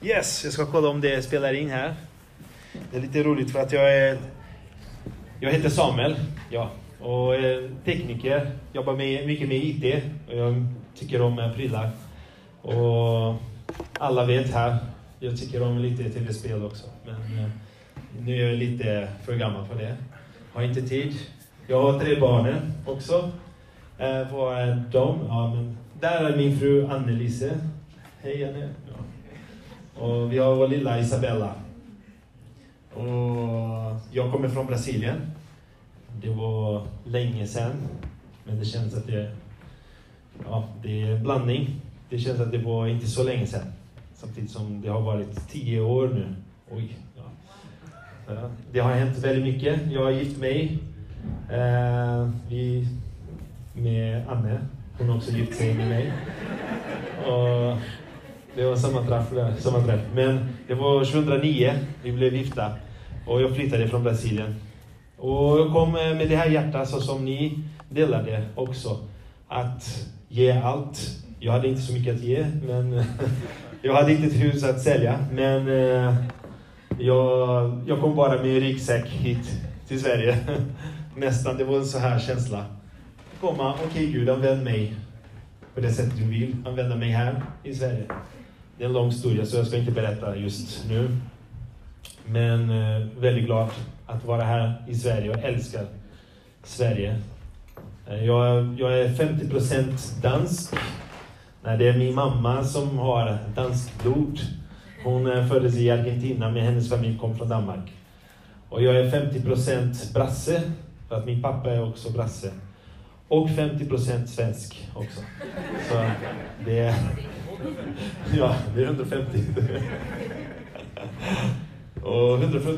Yes, jag ska kolla om det spelar in här. Det är lite roligt för att jag heter Samuel, ja, och är tekniker, jobbar mycket med IT och jag tycker om prylar. Och alla vet här, jag tycker om lite tv-spel också, men nu är jag lite för gammal för det. Har inte tid. Jag har 3 barn också. Vad är de? Ja, men där är min fru Annelise. Hej Anne. Ja. Och vi har vår lilla Isabella. Och jag kommer från Brasilien. Det var länge sedan. Men det känns att det är en blandning. Det känns att det var inte så länge sedan. Samtidigt som det har varit 10 år nu. Oj. Ja. Det har hänt väldigt mycket. Jag har gift mig. Med Anne. Hon har också gift sig med mig. Och det var samma träff. Men det var 2009 vi blev gifta. Och jag flyttade från Brasilien. Och jag kom med det här hjärtat så som ni delade också. Att ge allt. Jag hade inte så mycket att ge. Men jag hade inte ett hus att sälja. Men jag kom bara med en ryggsäck hit till Sverige. Nästan, det var en så här känsla. Okej Gud, använd mig på det sättet du vill. Använda mig här i Sverige. Det är en lång historia så jag ska inte berätta just nu. Men väldigt glad att vara här i Sverige och älskar Sverige. Jag är 50% dansk. Nej, det är min mamma som har dansk blod. Hon föddes i Argentina men hennes familj kom från Danmark. Och jag är 50% brasse för att min pappa är också brasse. Och 50% svensk också. Så det är 150. Och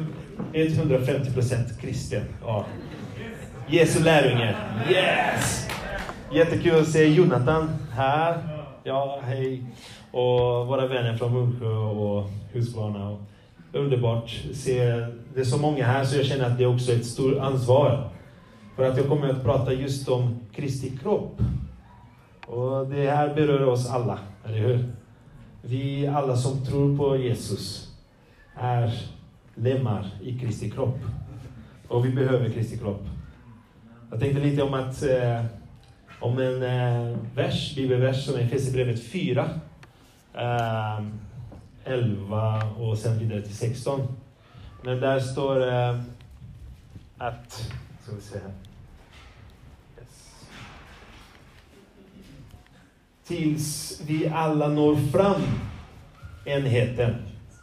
150% kristen. Ja. Jesu lärjunge. Yes! Jättekul att se Jonathan här. Ja, hej. Och våra vänner från Munksjö och Husqvarna. Underbart. Det är så många här så jag känner att det är också ett stort ansvar. För att jag kommer att prata just om Kristi kropp. Och det här berör oss alla, eller hur? Vi alla som tror på Jesus är lemmar i Kristi kropp. Och vi behöver Kristi kropp. Jag tänkte lite om en bibelvers som är Efesierbrevet 4. 11 och sen vidare till 16. Men där står att... Ska vi se här. Yes. Tills vi alla når fram enheten.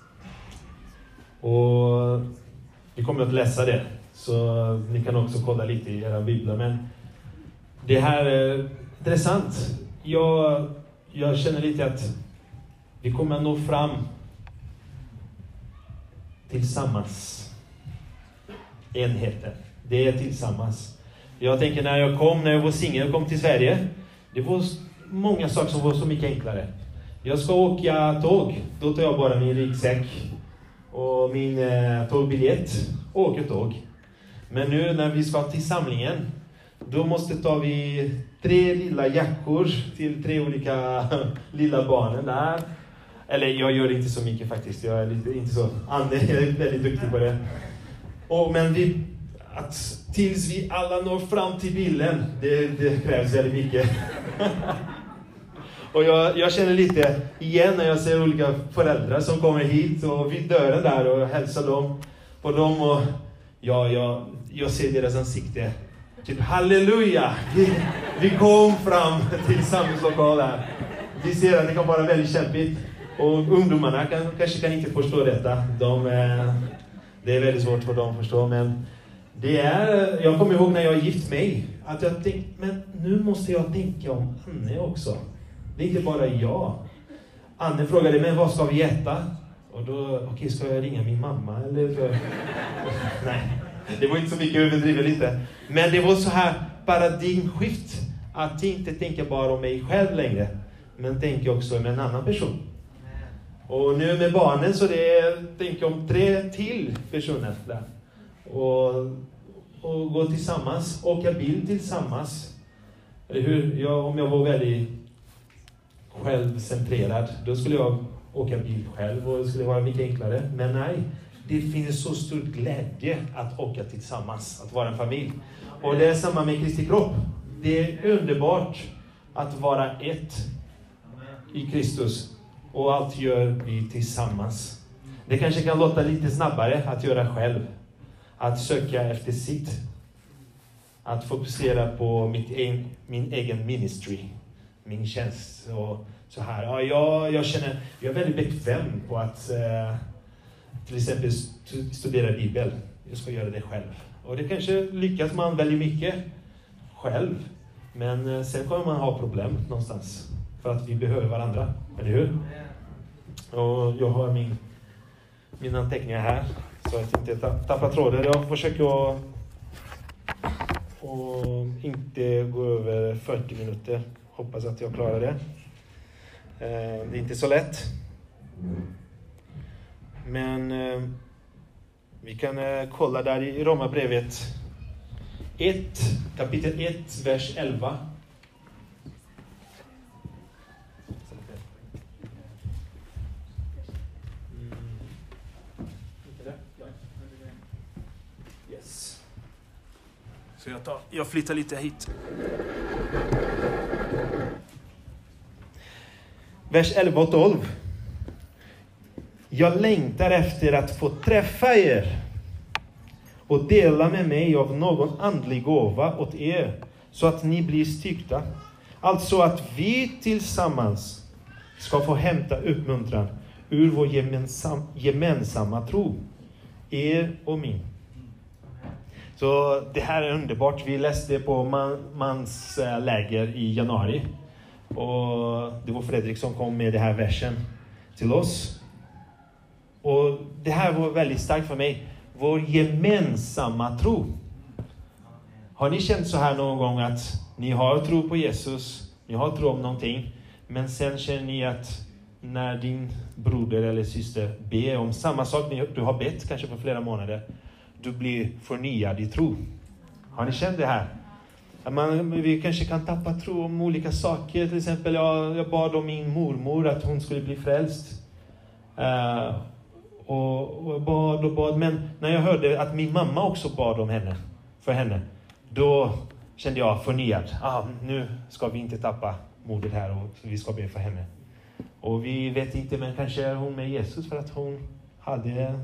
Och vi kommer att läsa det. Så ni kan också kolla lite i era biblar. Men det här är intressant. Jag känner lite att vi kommer att nå fram tillsammans. Enheten. Det är tillsammans. Jag tänker när jag var singel och kom till Sverige. Det var många saker som var så mycket enklare. Jag ska åka tåg. Då tar jag bara min ryggsäck och min tågbiljett och åker tåg. Men nu när vi ska till samlingen. Då måste vi 3 lilla jackor till 3 olika lilla barnen där. Eller jag gör inte så mycket faktiskt. Jag är inte så. Anne är väldigt duktig på det. Men tills vi alla når fram till bilen, det krävs väldigt mycket. Och jag känner lite igen när jag ser olika föräldrar som kommer hit och vid dörren där och hälsar på dem och jag ser deras ansikte. Typ halleluja, vi kom fram till samhällslokalen. Vi ser att det kan vara väldigt kämpigt och ungdomarna kanske kan inte förstå detta. Det är väldigt svårt för dem att förstå, men jag kommer ihåg när jag gift mig att jag tänkte, men nu måste jag tänka om Anne också. Det är inte bara jag. Anne frågade, men vad ska vi äta? Och då, ska jag ringa min mamma? Eller? Nej, det var inte så mycket överdrivet lite. Men det var så här paradigmskift. Att inte tänka bara om mig själv längre. Men tänka också om en annan person. Och nu med barnen så tänker jag om 3 till personer där. Och gå tillsammans, åka bil tillsammans. Eller hur? Om jag var väldigt självcentrerad, då skulle jag åka bil själv och det skulle vara mycket enklare. Men nej, det finns så stor glädje att åka tillsammans, att vara en familj. Och det är samma med Kristi kropp. Det är underbart att vara ett i Kristus. Och allt gör vi tillsammans. Det kanske kan låta lite snabbare att göra själv. Att söka efter sitt. Att fokusera på min egen ministry. Min tjänst och så här. Ja, jag känner, jag är väldigt bekväm på att till exempel studera Bibel. Jag ska göra det själv. Och det kanske lyckas man väldigt mycket själv. Men sen kommer man ha problem någonstans. För att vi behöver varandra. Eller hur? Och jag har mina anteckningar här. Så att jag inte tappar tråden. Jag försöker och inte gå över 40 minuter. Hoppas att jag klarar det. Det är inte så lätt. Men vi kan kolla där i Romarbrevet 1, kapitel 1, vers 11. Yes. Så jag flyttar lite hit. Vers 11 och 12. Jag längtar efter att få träffa er och dela med mig av någon andlig gåva åt er så att ni blir styrkta. Alltså att vi tillsammans ska få hämta uppmuntran ur vår gemensamma tro. Er och min. Så det här är underbart. Vi läste på mans läger i januari. Och det var Fredrik som kom med den här versen till oss. Och det här var väldigt starkt för mig. Vår gemensamma tro. Har ni känt så här någon gång att ni har tro på Jesus, ni har tro om någonting, men sen känner ni att när din broder eller syster ber om samma sak du har bett kanske för flera månader, du blir förnyad i tro. Har ni känt det här? Vi kanske kan tappa tro om olika saker. Till exempel jag bad om min mormor att hon skulle bli frälst. Och bad. Men när jag hörde att min mamma också bad om för henne. Då kände jag förnyad. Nu ska vi inte tappa modet här och vi ska be för henne. Och vi vet inte, men kanske är hon med Jesus för att hon hade...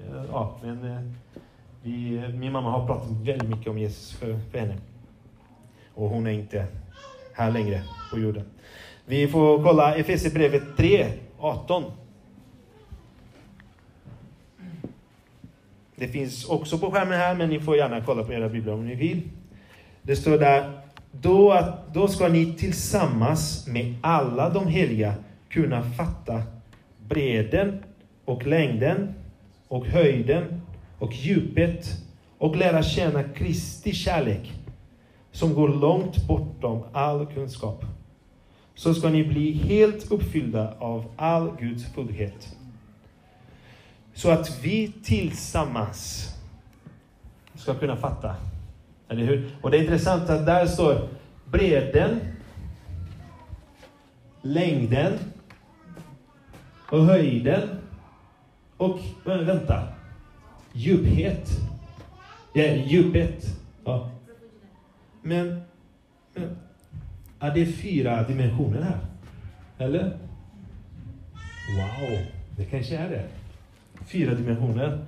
min mamma har pratat väldigt mycket om Jesus för henne. Och hon är inte här längre på jorden. Vi får kolla Efesierbrevet 3:18. Det finns också på skärmen här, men ni får gärna kolla på era biblar om ni vill. Det står där: då ska ni tillsammans med alla de heliga kunna fatta bredden och längden och höjden och djupet och lära känna Kristi kärlek som går långt bortom all kunskap. Så ska ni bli helt uppfyllda av all Guds fullhet. Så att vi tillsammans ska kunna fatta. Eller hur? Och det är intressant att där står bredden, längden och höjden och djuphet. Djupet. Ja. Men är det 4 dimensioner här? Eller? Wow, det kanske är det. 4 dimensioner.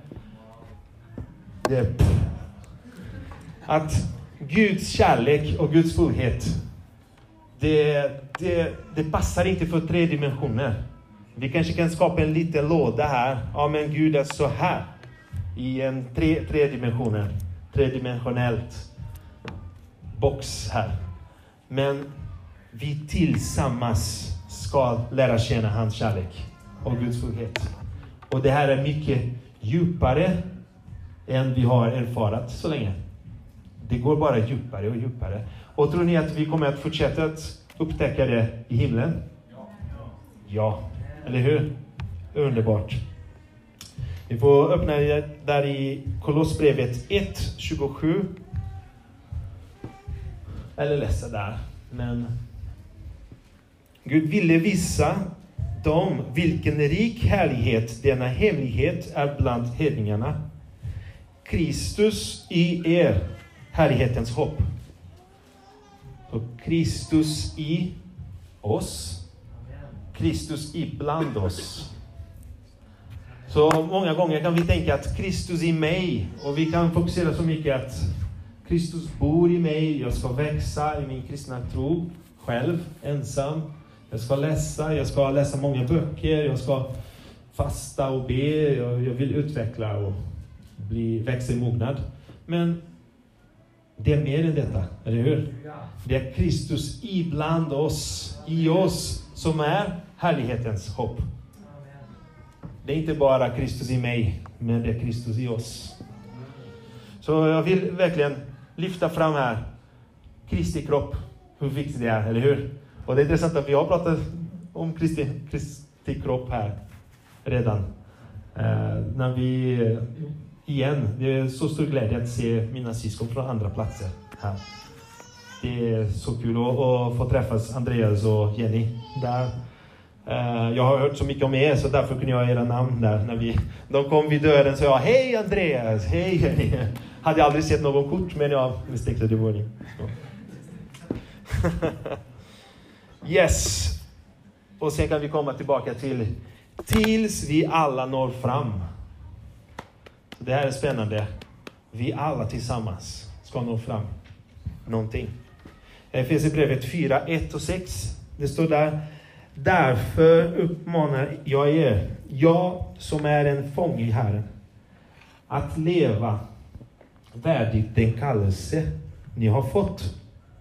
Att Guds kärlek och Guds fullhet, det passar inte för 3 dimensioner. Vi kanske kan skapa en liten låda här. Ja, men Gud är så här. I en 3 dimensioner. 3-dimensionellt box här. Men vi tillsammans ska lära känna hans kärlek och Guds fullhet. Och det här är mycket djupare än vi har erfarat så länge. Det går bara djupare och djupare. Och tror ni att vi kommer att fortsätta att upptäcka det i himlen? Ja, eller hur? Underbart. Vi får öppna där i Kolossbrevet 1:27. Eller läsa där. Men Gud ville visa dem vilken rik härlighet denna hemlighet är bland hedningarna. Kristus i er, härlighetens hopp. Och Kristus i oss. Kristus ibland oss. Så många gånger kan vi tänka att Kristus i mig, och vi kan fokusera så mycket att Kristus bor i mig, jag ska växa i min kristna tro själv, ensam. Jag ska läsa många böcker, jag ska fasta och be, jag vill utveckla och växa i mognad. Men det är mer än detta, eller hur? Det är Kristus ibland oss, i oss, som är härlighetens hopp. Det är inte bara Kristus i mig, men det är Kristus i oss. Så jag vill verkligen lyfta fram här Kristi kropp, hur viktigt det är, eller hur? Och det är intressant att vi har pratat om Kristi kropp här redan. När vi, igen, det är så stor glädje att se mina syskon från andra platser här. Det är så kul att få träffas Andreas och Jenny där. Jag har hört så mycket om er, så därför kunde jag era namn där. När de kom vid dörren så jag, hej Andreas, hej Jenny. Hade aldrig sett någon kort, men jag misstänkte det var ni. Yes. Och sen kan vi komma tillbaka tills vi alla når fram. Så det här är spännande. Vi alla tillsammans ska nå fram någonting. Efesierbrevet 4, 1 och 6. Det står där: därför uppmanar jag er, jag som är en fånge i Herren, att leva värdigt den kallelse ni har fått.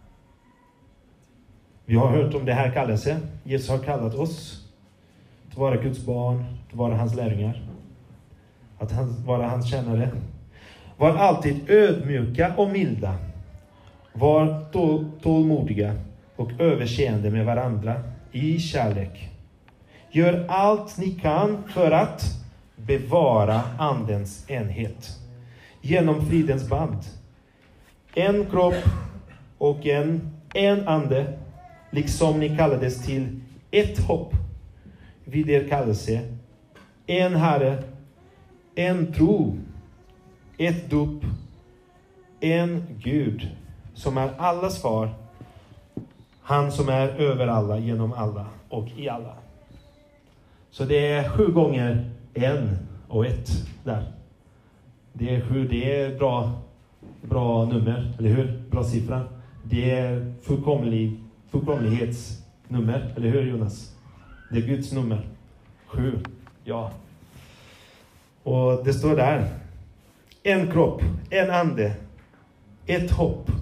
Vi har hört om det här kallelse. Jesus har kallat oss att vara Guds barn, att vara hans lärjungar, att vara hans tjänare. Var alltid ödmjuka och milda. Var tålmodiga och överseende med varandra i kärlek. Gör allt ni kan för att bevara andens enhet. Genom fridens band. En kropp och en ande, liksom ni kallades till ett hopp vid er kallelse. En Herre, en tro, ett dop, en Gud som är allas far. Han som är över alla, genom alla och i alla. Så det är 7 gånger 1 och 1 där. Det är 7, det är bra nummer, eller hur? Bra siffra. Det är fullkomlighetsnummer, eller hur Jonas? Det är Guds nummer. 7, ja. Och det står där: en kropp, en ande, ett hopp,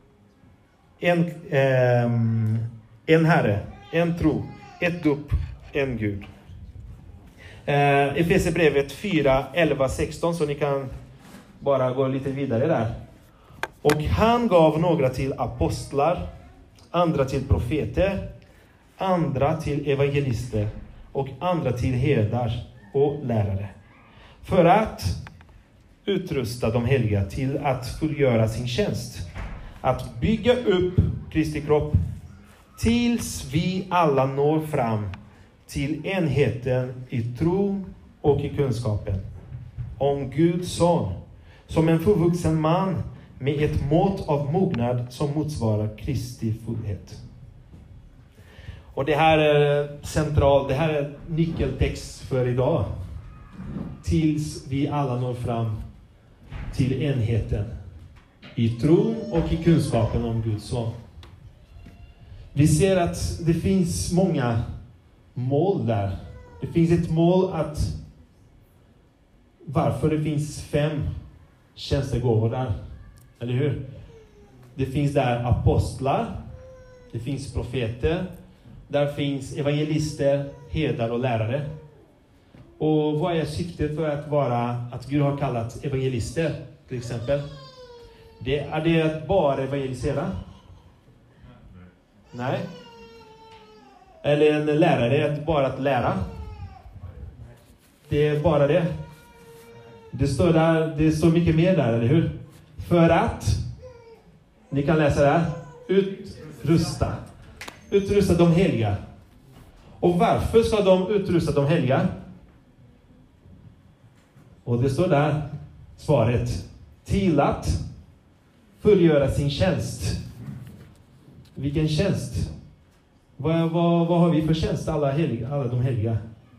en Herre, en tro, ett dop, en Gud. Efesierbrevet 4, 11, 16, så ni kan bara gå lite vidare där. Och han gav några till apostlar, andra till profeter, andra till evangelister och andra till herdar och lärare. För att utrusta de heliga till att fullgöra sin tjänst. Att bygga upp Kristi kropp tills vi alla når fram till enheten i tro och i kunskapen om Guds son, som en fullvuxen man med ett mått av mognad som motsvarar Kristi fullhet. Och det här är centralt, det här är nyckeltext för idag. Tills vi alla når fram till enheten i tro och i kunskapen om Guds son. Vi ser att det finns många mål där. Det finns ett mål varför det finns 5 tjänstegåvor där. Eller hur? Det finns där apostlar, det finns profeter, där finns evangelister, herdar och lärare. Och vad är syftet för att Gud har kallat evangelister till exempel? Är det att bara evangelisera? Nej. Eller en lärare bara att lära? Det är bara det. Det står mycket mer där, eller hur? För att, ni kan läsa där, utrusta de heliga. Och varför ska de utrusta de heliga? Och det står där svaret. Till att fullgöra sin tjänst. Vilken tjänst? Vad har vi för tjänst, alla de heliga?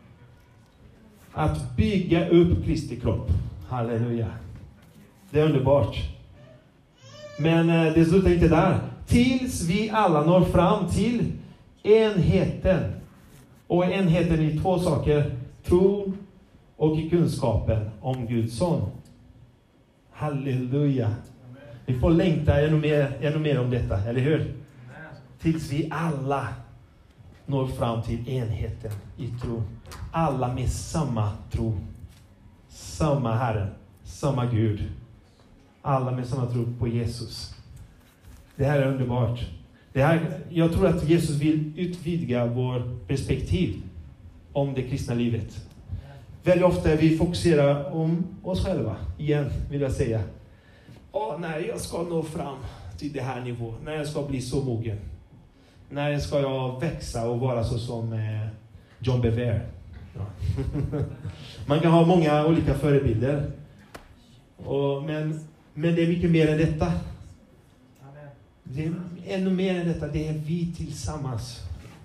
Att bygga upp Kristi kropp. Halleluja. Det är underbart. Men det slutar inte där. Tills vi alla når fram till enheten. Och enheten i 2 saker. Tron och i kunskapen om Guds son. Halleluja. Vi får längta ännu mer om detta, eller hur? Tills vi alla når fram till enheten i tro. Alla med samma tro. Samma Herre. Samma Gud. Alla med samma tro på Jesus. Det här är underbart. Jag tror att Jesus vill utvidga vår perspektiv om det kristna livet. Väldigt ofta vi fokuserar om oss själva. Igen vill jag säga. När jag ska nå fram till det här nivån. När jag ska bli så mogen. När ska jag växa och vara så som John Bevere. Ja. Man kan ha många olika förebilder. Men det är mycket mer än detta. Det är ännu mer än detta. Det är vi tillsammans.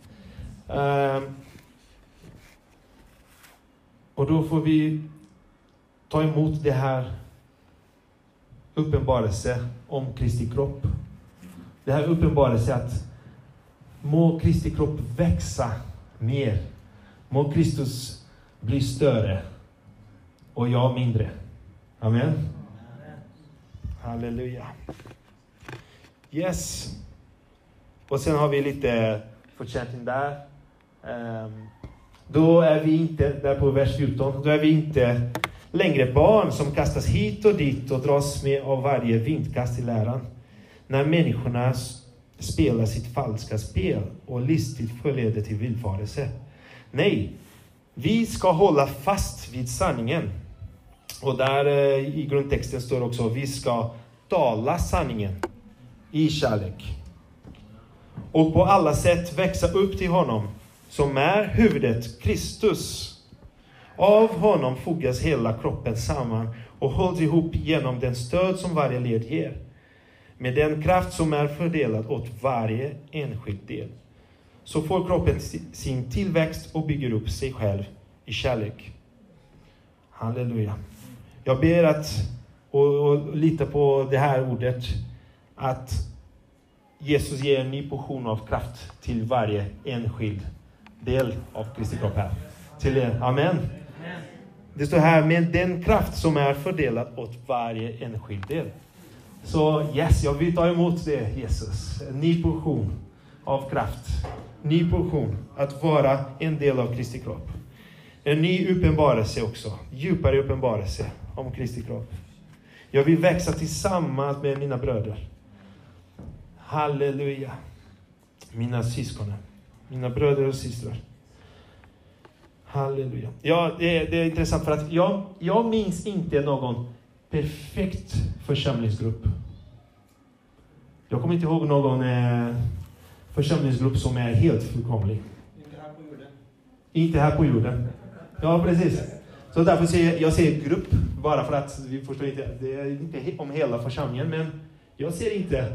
Och då får vi ta emot det här uppenbarelse om Kristi kropp. Det här uppenbarelse att må Kristi kropp växa mer. Må Kristus bli större och jag mindre. Amen. Halleluja. Yes. Och sen har vi lite fortsättning där. Då är vi inte, där på vers 14, då är vi inte längre barn som kastas hit och dit och dras med av varje vindkast i läran. När människorna spelar sitt falska spel och listigt förleder till villfarelse. Nej, vi ska hålla fast vid sanningen. Och där i grundtexten står också, vi ska tala sanningen i kärlek. Och på alla sätt växa upp till honom som är huvudet, Kristus. Av honom fogas hela kroppen samman och hålls ihop genom den stöd som varje led ger. Med den kraft som är fördelad åt varje enskild del. Så får kroppen sin tillväxt och bygger upp sig själv i kärlek. Halleluja. Jag ber att och lita på det här ordet. Att Jesus ger en ny portion av kraft till varje enskild del av Kristi kropp här. Till er. Amen. Det står här med den kraft som är fördelad åt varje enskild del. Så yes, jag vill ta emot det, Jesus. En ny portion av kraft. Ny portion att vara en del av Kristi kropp. En ny uppenbarelse också. Djupare uppenbarelse om Kristi kropp. Jag vill växa tillsammans med mina bröder. Halleluja. Mina syskon. Mina bröder och systrar. Halleluja. Ja, det är intressant för att jag minns inte någon perfekt församlingsgrupp. Jag kommer inte ihåg någon församlingsgrupp som är helt fullkomlig. Inte här på jorden. Inte här på jorden. Ja, precis. Så därför säger jag grupp bara för att vi förstår inte. Det är inte om hela församlingen, men jag ser inte.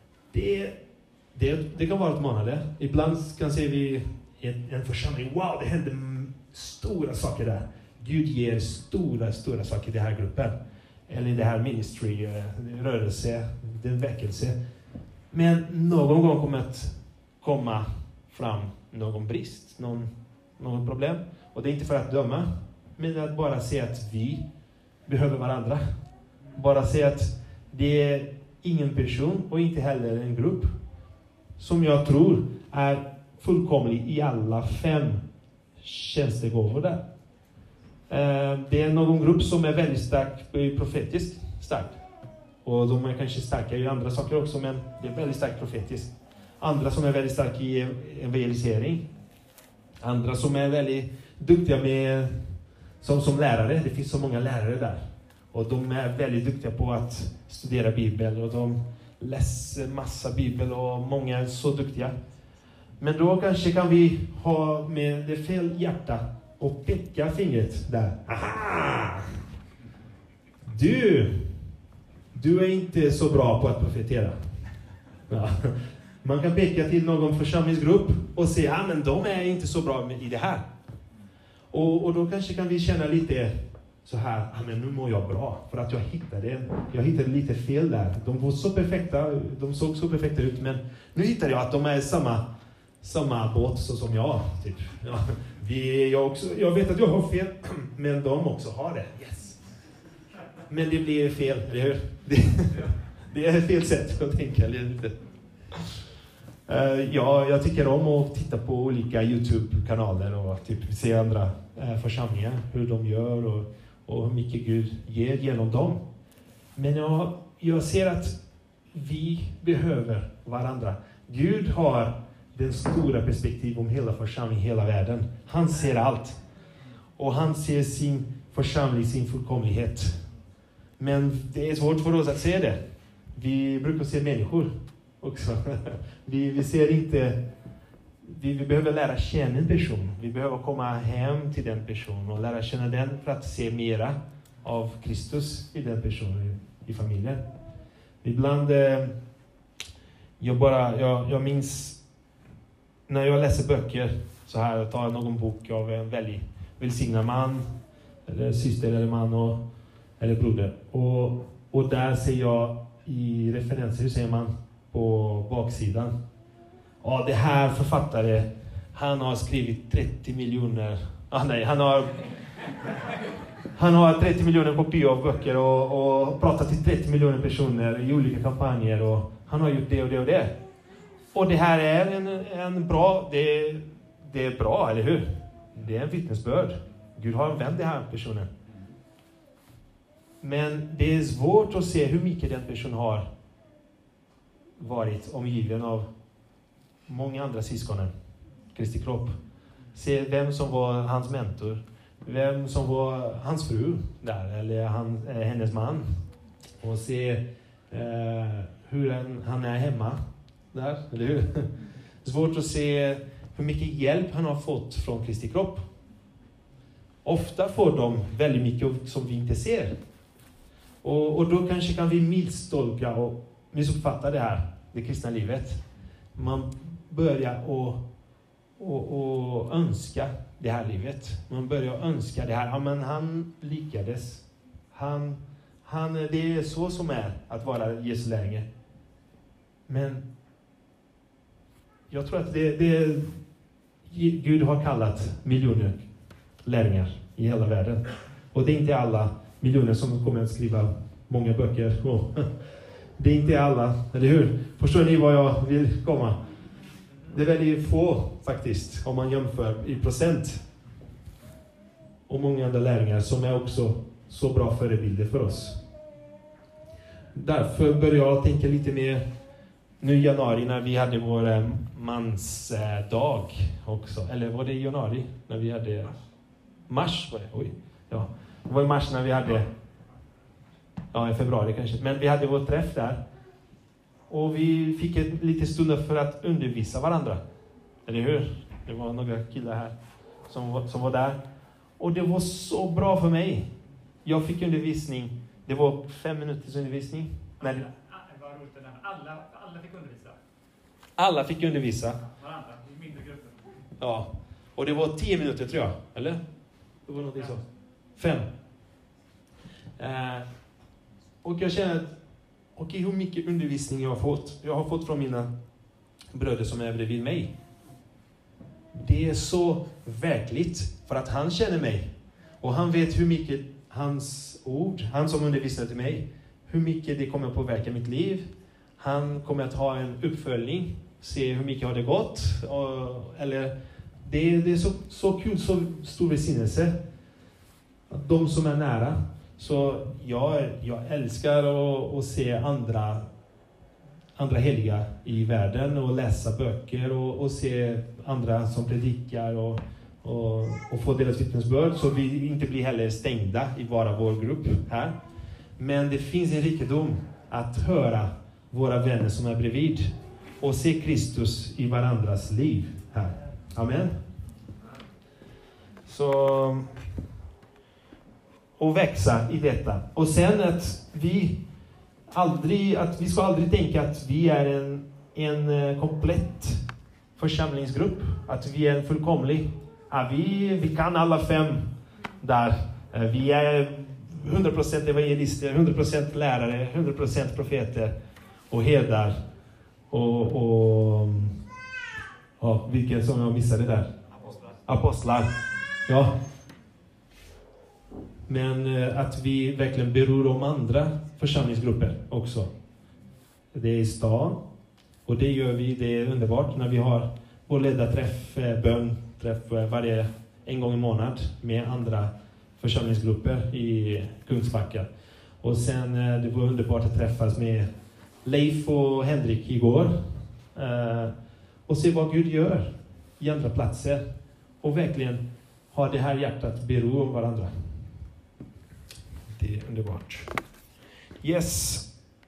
Det kan vara utmanande. Ibland kan se vi en församling. Wow, det händer stora saker där. Gud ger stora saker i den här gruppen. Eller i det här ministry, rörelse, den väckelse. Men någon gång kommer att komma fram någon brist, någon problem. Och det är inte för att döma, men att bara se att vi behöver varandra. Bara se att det är ingen person och inte heller en grupp som jag tror är fullkomlig i alla 5 tjänstegåvor där. Det är någon grupp som är väldigt stark, profetiskt stark. Och de är kanske starka i andra saker också, men det är väldigt starkt profetiskt. Andra som är väldigt starka i evangelisering. Andra som är väldigt duktiga med som lärare. Det finns så många lärare där. Och de är väldigt duktiga på att studera Bibeln. Och de läser massa Bibel och många är så duktiga. Men då kanske kan vi ha med det fel hjärta och peka fingret där. Aha! Du är inte så bra på att profetera. Ja. Man kan peka till någon församlingsgrupp och säga, men de är inte så bra i det här. Och då kanske kan vi känna lite så här, men nu mår jag bra. För att jag hittade lite fel där. De såg så perfekta ut, men nu hittade jag att de är samma båt så som jag. Typ. Ja, jag vet att jag har fel, men de också har det. Yes. Men det blir fel, eller hur? Det är fel sätt att tänka lite. Jag tycker om att titta på olika YouTube-kanaler och typ se andra församlingar, hur de gör och hur mycket Gud ger genom dem. Men jag ser att vi behöver varandra. Gud har den stora perspektiv om hela församlingen, hela världen. Han ser allt. Och han ser sin församling, sin fullkomlighet. Men det är svårt för oss att se det. Vi brukar se människor också. Vi ser inte. Vi behöver lära känna en person. Vi behöver komma hem till den personen och lära känna den för att se mera av Kristus i den personen i familjen. Ibland jag minns när jag läser böcker så här, jag tar någon bok av en väldigt välsignad man eller syster eller man eller broder och där ser jag i referenser, hur säger man på baksidan, det här författare, han har skrivit 30 miljoner han har 30 miljoner kopior av böcker och pratat till 30 miljoner personer i olika kampanjer och han har gjort det och det och det. Och det här är en bra, det är bra, eller hur? Det är en vittnesbörd. Gud har använt den här personen. Men det är svårt att se hur mycket den personen har varit omgiven av många andra syskonen, Kristi kropp. Se vem som var hans mentor, vem som var hans fru där, eller hennes man. Och se hur han är hemma där, eller hur? Svårt att se hur mycket hjälp han har fått från Kristi kropp. Ofta får de väldigt mycket som vi inte ser. Och då kanske kan vi misstolka och missuppfatta det kristna livet. Man börjar och önska det här livet. Man börjar önska det här. Ja, men han lyckades. Det är så som är att vara Jesu lärjunge. Men jag tror att Gud har kallat miljoner lärjungar i hela världen. Och det är inte alla miljoner som kommer att skriva många böcker. Det är inte alla, eller hur? Förstår ni vad jag vill komma? Det är väldigt få faktiskt, om man jämför i procent. Och många andra lärjungar som är också så bra förebilder för oss. Därför börjar jag tänka lite mer nu i januari när vi hade vår mansdag också. Eller var det i januari när vi hade mars? Var det? Oj, ja. Det var i mars när vi hade, i februari kanske. Men vi hade vår träff där. Och vi fick lite stunder för att undervisa varandra. Eller hur? Det var några killar här som var där. Och det var så bra för mig. Jag fick undervisning. Det var 5 minuters undervisning. Alla fick undervisa. Alla fick undervisa. Varandra, i mindre grupper. Ja. Och det var 10 minuter tror jag. Eller? Det var någonting så. 5. Och jag känner att hur mycket undervisning jag har fått. Jag har fått från mina bröder som är bredvid mig. Det är så verkligt. För att han känner mig. Och han vet hur mycket hans ord, han som undervisar till mig, hur mycket det kommer att påverka mitt liv. Han kommer att ha en uppföljning. Se hur mycket har det gått. Det är så kul, så stor välsignelse. De som är nära. Så jag älskar att se andra heliga i världen och läsa böcker och se andra som predikar och få deras vittnesbörd, så vi inte blir heller stängda i bara vår grupp här. Men det finns en rikedom att höra våra vänner som är bredvid och se Kristus i varandras liv här. Amen. Så, och växa i detta. Och sen att vi ska aldrig tänka att vi är en komplett församlingsgrupp. Att vi är en fullkomlig. Ja, vi kan alla 5 där. Vi är 100% evangelister, 100% lärare, 100% profeter och herdar. Och vilken som jag missade där? Apostlar. Ja. Men att vi verkligen beror om andra församlingsgrupper också. Det är i stan. Och det gör vi, det är underbart när vi har vår ledarträff, bönträff en gång i månad med andra församlingsgrupper i Kungsbacka. Och sen det var underbart att träffas med Leif och Henrik igår. Och se vad Gud gör i andra platser. Och verkligen ha det här hjärtat bero om varandra. Det är underbart. Yes.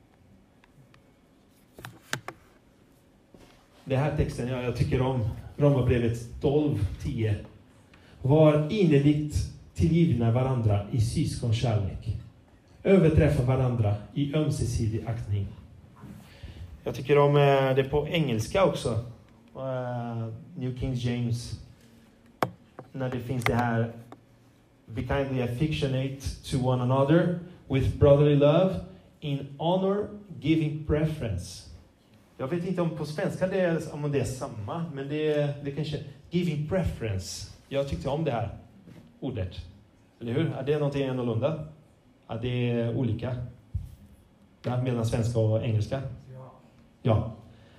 Det här texten, jag tycker om Romarbrevet 12:10. Var innerligt tillgivna varandra i syskonkärlek. Överträffa varandra i ömsesidig aktning. Jag tycker om det på engelska också. New King James. När det finns det här. Be kindly affectionate to one another with brotherly love, in honor giving preference. Jag vet inte om på svenska om det är samma, men det kanske giving preference. Jag tyckte om det här ordet. Eller hur? Är det någonting annorlunda? Är det olika? Där mellan svenska och engelska? Ja.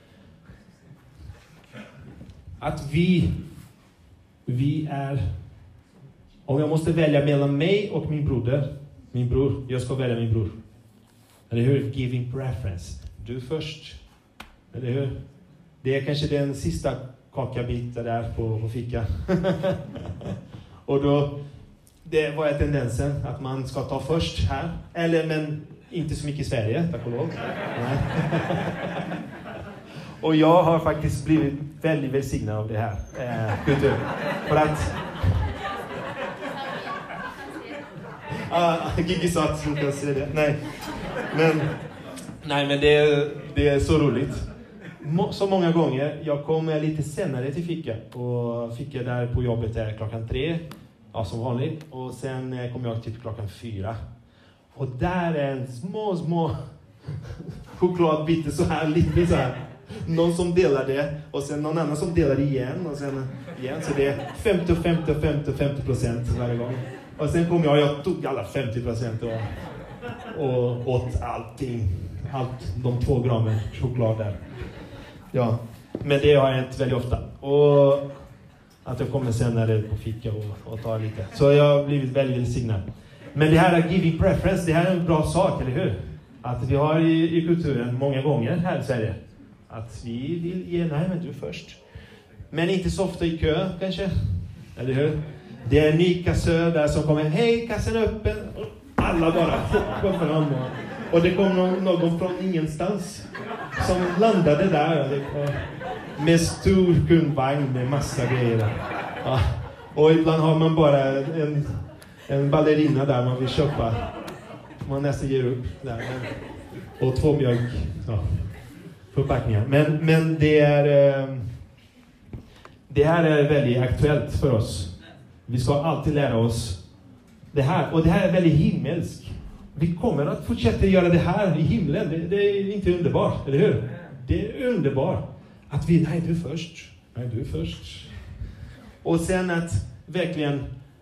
Att vi är, om jag måste välja mellan mig och min bror, jag ska välja min bror. Eller hur? Giving preference. Du först. Eller hur? Det är kanske den sista kakabiten där på fika. Och då, det var tendensen att man ska ta först här. Men inte så mycket i Sverige, tack och lov. Nej. Och jag har faktiskt blivit väldigt välsignad av det här kultur. För att Gigi sa att hon kan se det. Nej, men det är så roligt. Så många gånger, jag kommer lite senare till fika. Och fika där på jobbet är 3:00. Ja, som vanligt. Och sen kommer jag till 4:00. Och där är en små chokladbitar så här, lite så här. Någon som delar det. Och sen någon annan som delar det igen. Och sen igen. Så det är 50% varje gång. Och sen kom jag tog alla 50% och åt allting. De 2 grammen choklad där. Ja, men det har hänt väldigt ofta. Och att jag kommer senare på fika och tar lite. Så jag har blivit väldigt signad. Men det här är giving preference, det här är en bra sak, eller hur? Att vi har i kulturen många gånger här i Sverige. Att vi vill ge, nej men du först. Men inte så ofta i kö kanske. Eller hur? Det är en ny kassör där som kommer, hej kassan är öppen. Alla bara hoppar fram. Och det kom någon från ingenstans. Som landade där. Med stor kundvagn med massa grejer. Ja. Och ibland har man bara en ballerina där man vill köpa. Man nästan ger upp där. Och 2 mjölk. Ja. Förpackningar. Men det här är väldigt aktuellt för oss. Vi ska alltid lära oss det här. Och det här är väldigt himmelsk. Vi kommer att fortsätta göra det här i himlen. Det är inte underbart, eller hur? Det är underbart att nej du först. Och sen att verkligen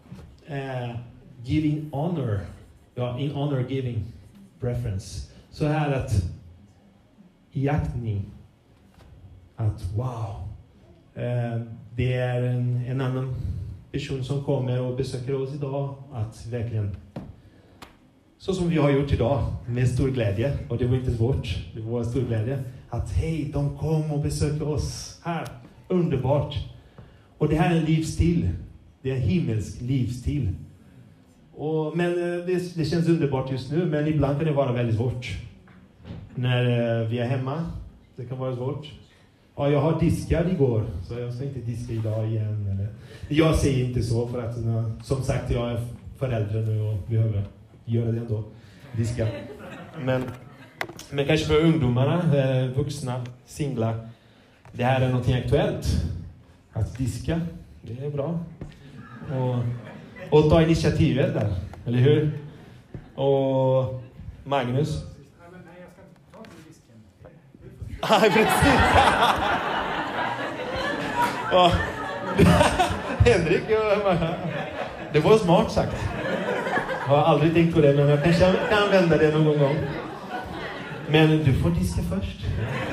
giving honor. Ja, in honor giving preference. Så här att i aktning att wow, det är en annan person som kommer och besöker oss idag, att verkligen så som vi har gjort idag med stor glädje, och det var inte svårt, det var stor glädje att hej, de kom och besökte oss här, underbart. Och det här är en livsstil, det är en himmelsk livsstil. Men det känns underbart just nu, men ibland kan det vara väldigt svårt. När vi är hemma, det kan vara svårt. Ja, jag har diskat igår, så jag ska inte diska idag igen. Eller. Jag säger inte så, för att som sagt, jag är förälder nu och behöver göra det ändå. Diska. Men kanske för ungdomarna, vuxna, singlar, det här är någonting aktuellt. Att diska, det är bra. Och ta initiativet där, eller hur? Och Magnus? Nej, jag ska inte ta till disken. Ja, precis. Ja. Henrik, det var smart sagt. Jag har aldrig tänkt på det, men jag kanske kan använda det någon gång. Men du får diska först.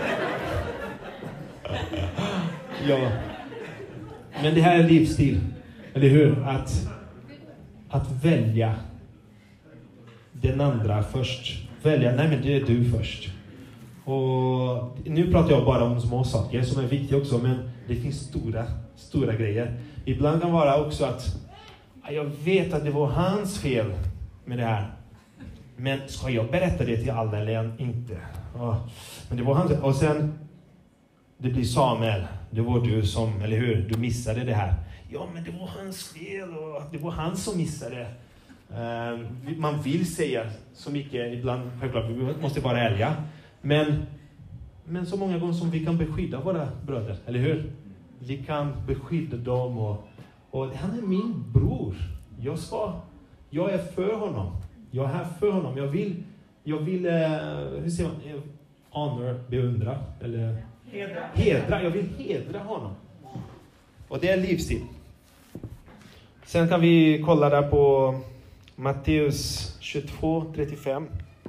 Ja. Men det här är livsstil. Eller hur? Att välja den andra först. Välja, nej men det är du först. Och nu pratar jag bara om små saker som är viktiga också, men det finns stora grejer. Ibland kan det vara också att jag vet att det var hans fel med det här. Men ska jag berätta det till alla eller inte? Men det var hans fel. Och sen det blir Samuel. Det var du som, eller hur? Du missade det här. Ja, men det var hans fel och det var han som missade. Man vill säga så mycket ibland, självklart, vi måste vara ärliga. Men så många gånger som vi kan beskydda våra bröder, eller hur? Vi kan beskydda dem och han är min bror. Jag är för honom. Jag är här för honom. Jag vill hur säger man? Honor, beundra eller hedra. Jag vill hedra honom. Och det är livsstil. Sen kan vi kolla där på Matteus 22:35.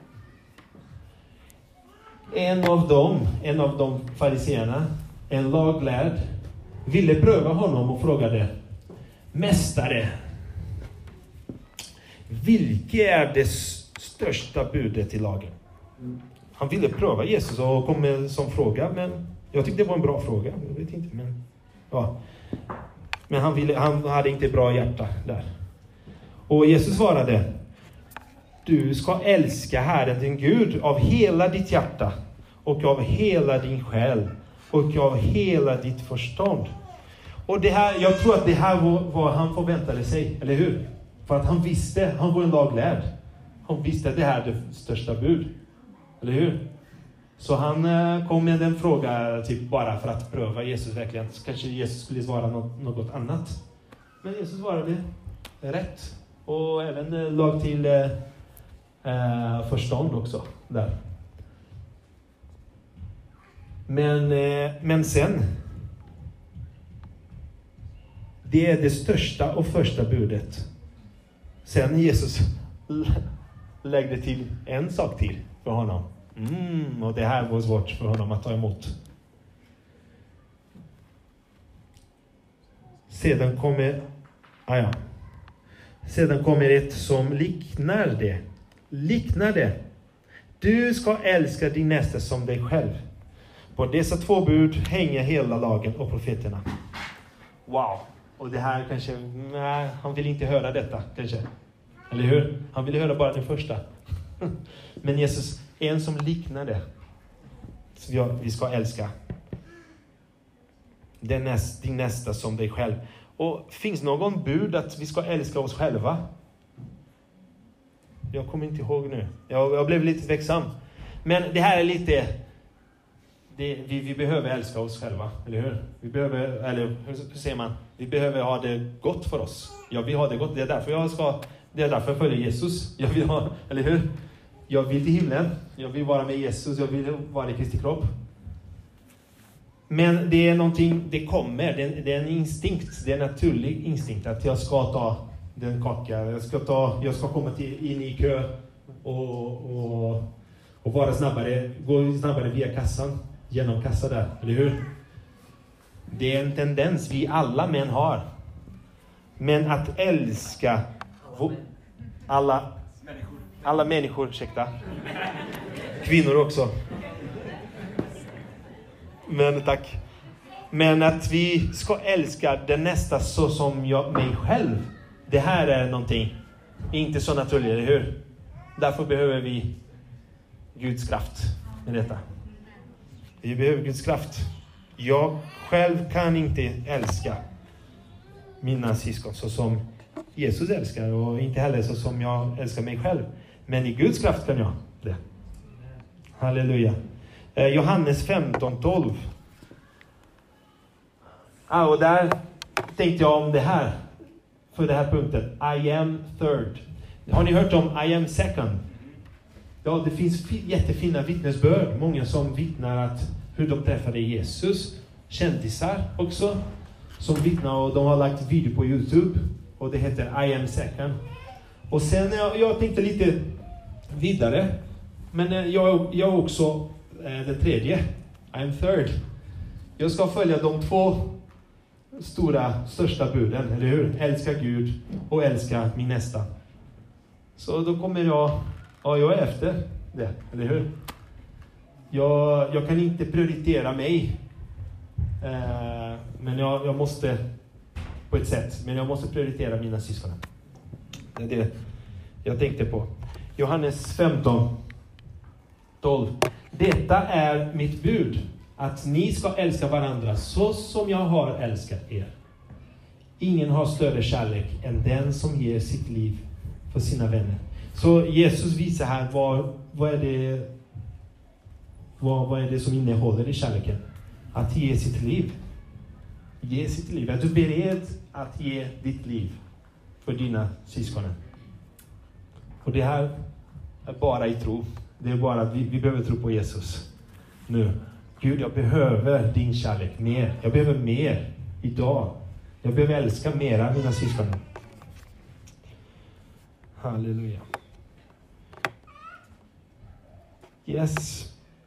En av de fariseerna, en laglärd, ville pröva honom och frågade: Mästare, vilket är det största budet i lagen? Han ville pröva Jesus och kom med en sån fråga, men jag tyckte det var en bra fråga. Jag vet inte, men ja. Men han hade inte bra hjärta där. Och Jesus svarade: du ska älska Herren din Gud av hela ditt hjärta och av hela din själ och av hela ditt förstånd. Och det här, jag tror att det här var vad han förväntade sig, eller hur? För att han var en laglärd. Han visste att det här är det största bud, eller hur? Så han kom med en fråga typ bara för att pröva Jesus verkligen. Kanske Jesus skulle svara något annat. Men Jesus svarade rätt. Och även lag till förstånd också där. Men sen, det är det största och första budet. Sen Jesus lägger till en sak till för honom. Och det här var svårt för honom att ta emot. Sedan kommer ett som liknar det. Du ska älska din nästa som dig själv. På dessa 2 bud hänger hela lagen och profeterna. Wow. Och det här kanske, nej, han vill inte höra detta kanske. Eller hur? Han vill höra bara den första. Men Jesus, en som liknar det. Så vi ska älska din nästa som dig själv. Och finns någon bud att vi ska älska oss själva? Jag kommer inte ihåg nu. Jag blev lite tveksam. Men det här är lite... Vi behöver älska oss själva, eller hur? Vi behöver, eller hur säger man? Vi behöver ha det gott för oss. Jag vill ha det gott. Det är därför jag följer Jesus. Jag vill ha, eller hur? Jag vill till himlen. Jag vill vara med Jesus. Jag vill vara i Kristi kropp. Men det är någonting, det kommer. Det är en instinkt. Det är en naturlig instinkt att jag ska ta den kaka. Jag ska komma in i kö och vara snabbare. Gå snabbare via kassan. Genom kassa där, eller hur? Det är en tendens vi alla män har. Men att älska alla människor, ursäkta. Kvinnor också. Men tack. Men att vi ska älska den nästa så som mig själv. Det här är någonting inte så naturligt, eller hur? Därför behöver vi Guds kraft med detta. Vi behöver Guds kraft. Jag själv kan inte älska mina syskon så som Jesus älskar, och inte heller så som jag älskar mig själv. Men i Guds kraft kan jag det. Halleluja. Johannes 15:12. Och där tänkte jag om det här. För det här punkten. I am third. Har ni hört om I am second? Ja, det finns jättefina vittnesbörd. Många som vittnar att hur de träffade Jesus. Kändisar också. Som vittnar, och de har lagt video på YouTube. Och det heter I am second. Och sen jag tänkte lite vidare. Men jag är också den tredje. I am third. Jag ska följa de 2 största buden, eller hur? Älska Gud och älska min nästa. Så då kommer jag är efter det, eller hur? Jag kan inte prioritera mig. Men jag måste på ett sätt, men jag måste prioritera mina syskon. Det är det jag tänkte på. Johannes 15:12. Detta är mitt bud, att ni ska älska varandra så som jag har älskat er. Ingen har större kärlek än den som ger sitt liv för sina vänner. Så Jesus visar här vad är det som innehåller i kärleken? Att ge sitt liv. Ge sitt liv. Är du beredd att ge ditt liv för dina syskon? Och det här är bara i tro. Det är bara att vi behöver tro på Jesus nu. Gud, jag behöver din kärlek mer. Jag behöver mer idag. Jag behöver älska mera mina syskon. Halleluja. Yes.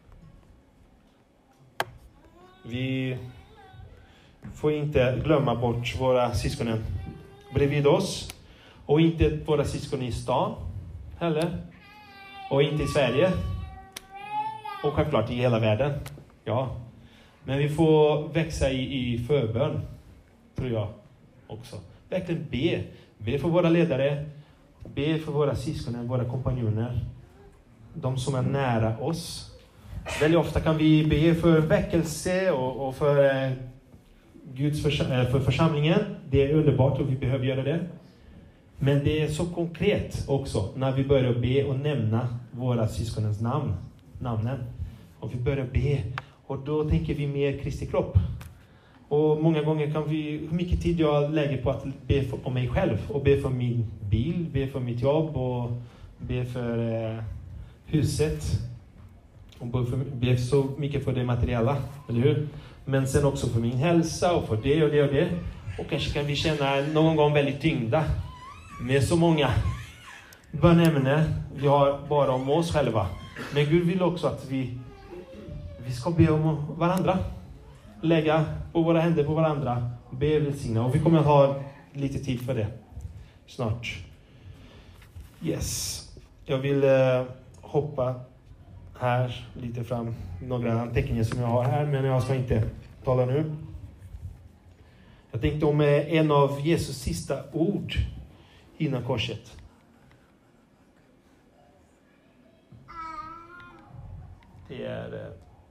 Vi får inte glömma bort våra syskonen bredvid oss. Och inte våra syskon i stan heller. Och inte i Sverige. Och självklart i hela världen. Ja. Men vi får växa i förbön. Tror jag också. Verkligen be. Be för våra ledare. Be för våra syskon, våra kompanjoner. De som är nära oss. Väldigt ofta kan vi be för väckelse och för för församlingen. Det är underbart och vi behöver göra det. Men det är så konkret också när vi börjar be och nämna våra syskonens namnen. Och vi börjar be. Och då tänker vi mer Kristi kropp. Och många gånger kan hur mycket tid jag lägger på att be om mig själv. Och be för min bil, be för mitt jobb och be för huset. Och be så mycket för det materiella, eller hur? Men sen också för min hälsa och för det och det och det. Och kanske kan vi känna någon gång väldigt tyngda med så många bönämnen vi har bara om oss själva. Men Gud vill också att vi ska be om varandra. Lägga på våra händer på varandra. Be välsigna. Och vi kommer att ha lite tid för det snart. Yes. Jag vill hoppa här lite fram några anteckningar som jag har här. Men jag ska inte tala nu. Jag tänkte om en av Jesus sista ord innan korset. Det är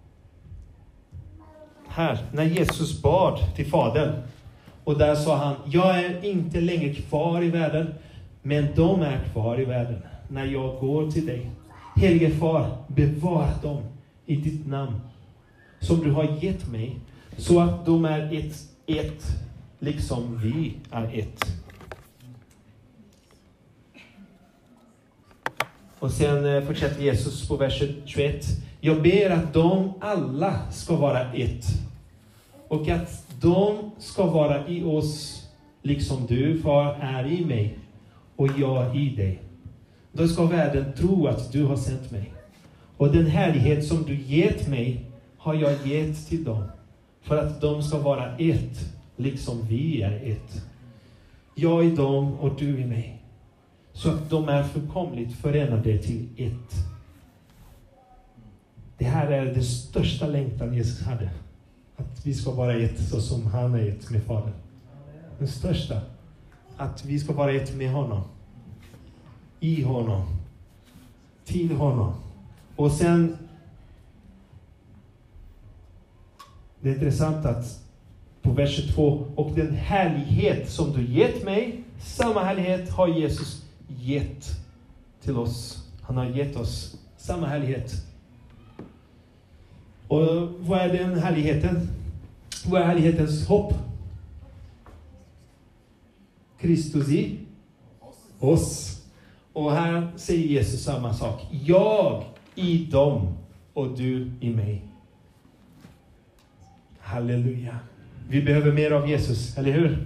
här, när Jesus bad till Fadern. Och där sa han, jag är inte längre kvar i världen, men de är kvar i världen när jag går till dig. Helige Far, bevara dem i ditt namn som du har gett mig, så att de är ett liksom vi är ett. Och sen fortsätter Jesus på vers 21. Jag ber att de alla ska vara ett. Och att de ska vara i oss liksom du, Far, är i mig och jag i dig. Då ska världen tro att du har sänt mig. Och den härlighet som du gett mig har jag gett till dem. För att de ska vara ett, liksom vi är ett. Jag i dem och du i mig. Så att de är fullkomligt förenade till ett. Det här är det största längtan Jesus hade. Att vi ska vara ett så som han är ett med Fadern. Den största. Att vi ska vara ett med honom. I honom. Till honom. Och sen Det är intressant att på vers 2, och den härlighet som du gett mig, samma härlighet har Jesus gett till oss. Han har gett oss samma härlighet. Och vad är den härligheten? Vad är härlighetens hopp? Kristus i oss. Och här säger Jesus samma sak. Jag i dem och du i mig. Halleluja. Vi behöver mer av Jesus, eller hur?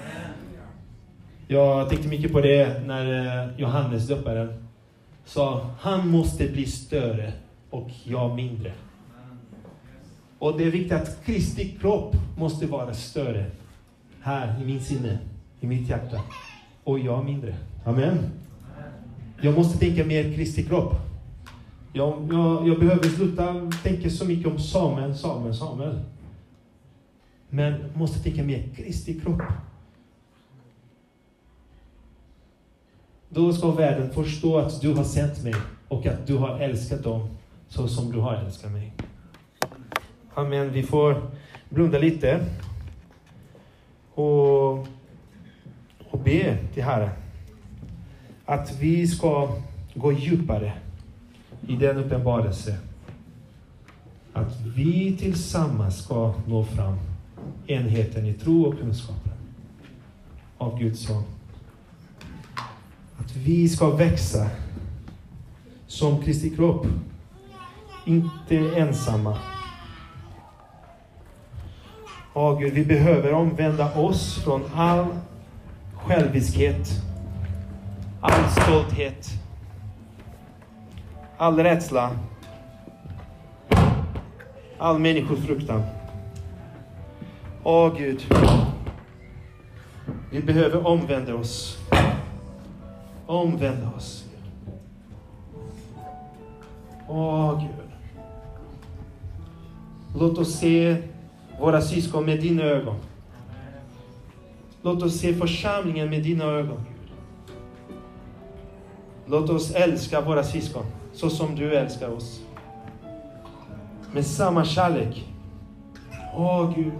Jag tänkte mycket på det när Johannes döparen sa, han måste bli större och jag mindre. Och det är viktigt att Kristi kropp måste vara större här i min sinne, i mitt hjärta, och jag mindre. Amen. Jag måste tänka mer Kristi kropp. Jag behöver sluta tänka så mycket om Samuel. Men måste tänka mer Kristi kropp. Då ska världen förstå att du har sänt mig och att du har älskat dem så som du har älskat mig. Amen. Vi får blunda lite och be till Herren att vi ska gå djupare i den uppenbarelse. Att vi tillsammans ska nå fram enheten i tro och kunskapen av Guds son. Att vi ska växa som Kristi kropp, inte ensamma. Gud, vi behöver omvända oss från all själviskhet, all stolthet, all rädsla, all människofruktan. Gud, vi behöver omvända oss. Omvända oss. Gud. Låt oss se våra syskon med dina ögon. Låt oss se församlingen med dina ögon, Gud. Låt oss älska våra syskon så som du älskar oss. Med samma kärlek. Gud.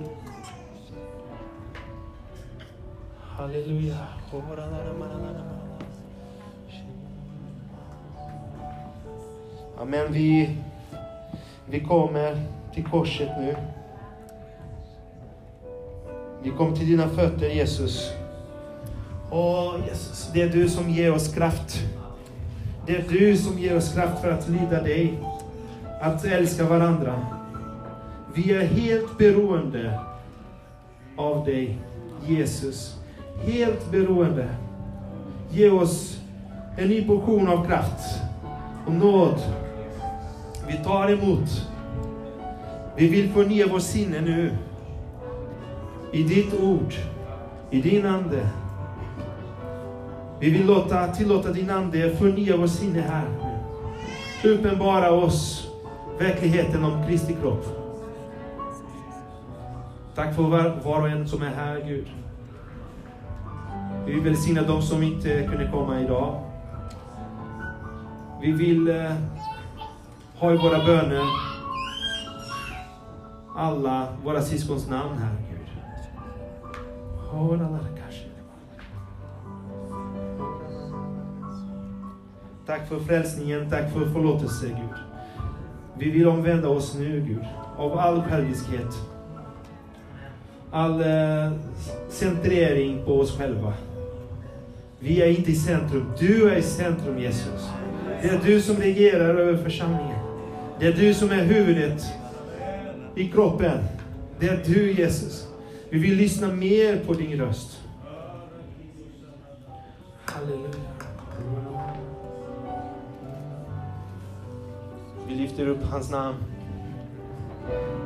Halleluja. Amen. Vi kommer till korset nu. Vi kommer till dina fötter, Jesus. Jesus, det är du som ger oss kraft. Det är du som ger oss kraft för att lyda dig. Att älska varandra. Vi är helt beroende av dig, Jesus. Helt beroende. Ge oss en ny portion av kraft och nåd. Vi tar emot. Vi vill förnya vår sinne nu. I ditt ord. I din ande. Vi vill tillåta din ande förnya vår sinne här. Uppenbara oss verkligheten om Kristi kropp. Tack för var och en som är här, Gud. Vi vill välsigna de som inte kunde komma idag. Vi vill ha i våra böner alla våra syskons namn här, Gud. Tack för frälsningen, tack för förlåtelse, Gud. Vi vill omvända oss nu, Gud, av all själviskhet. All centrering på oss själva. Vi är inte i centrum. Du är i centrum, Jesus. Det är du som regerar över församlingen. Det är du som är huvudet i kroppen. Det är du, Jesus. Vi vill lyssna mer på din röst. Halleluja. Vi lyfter upp hans namn.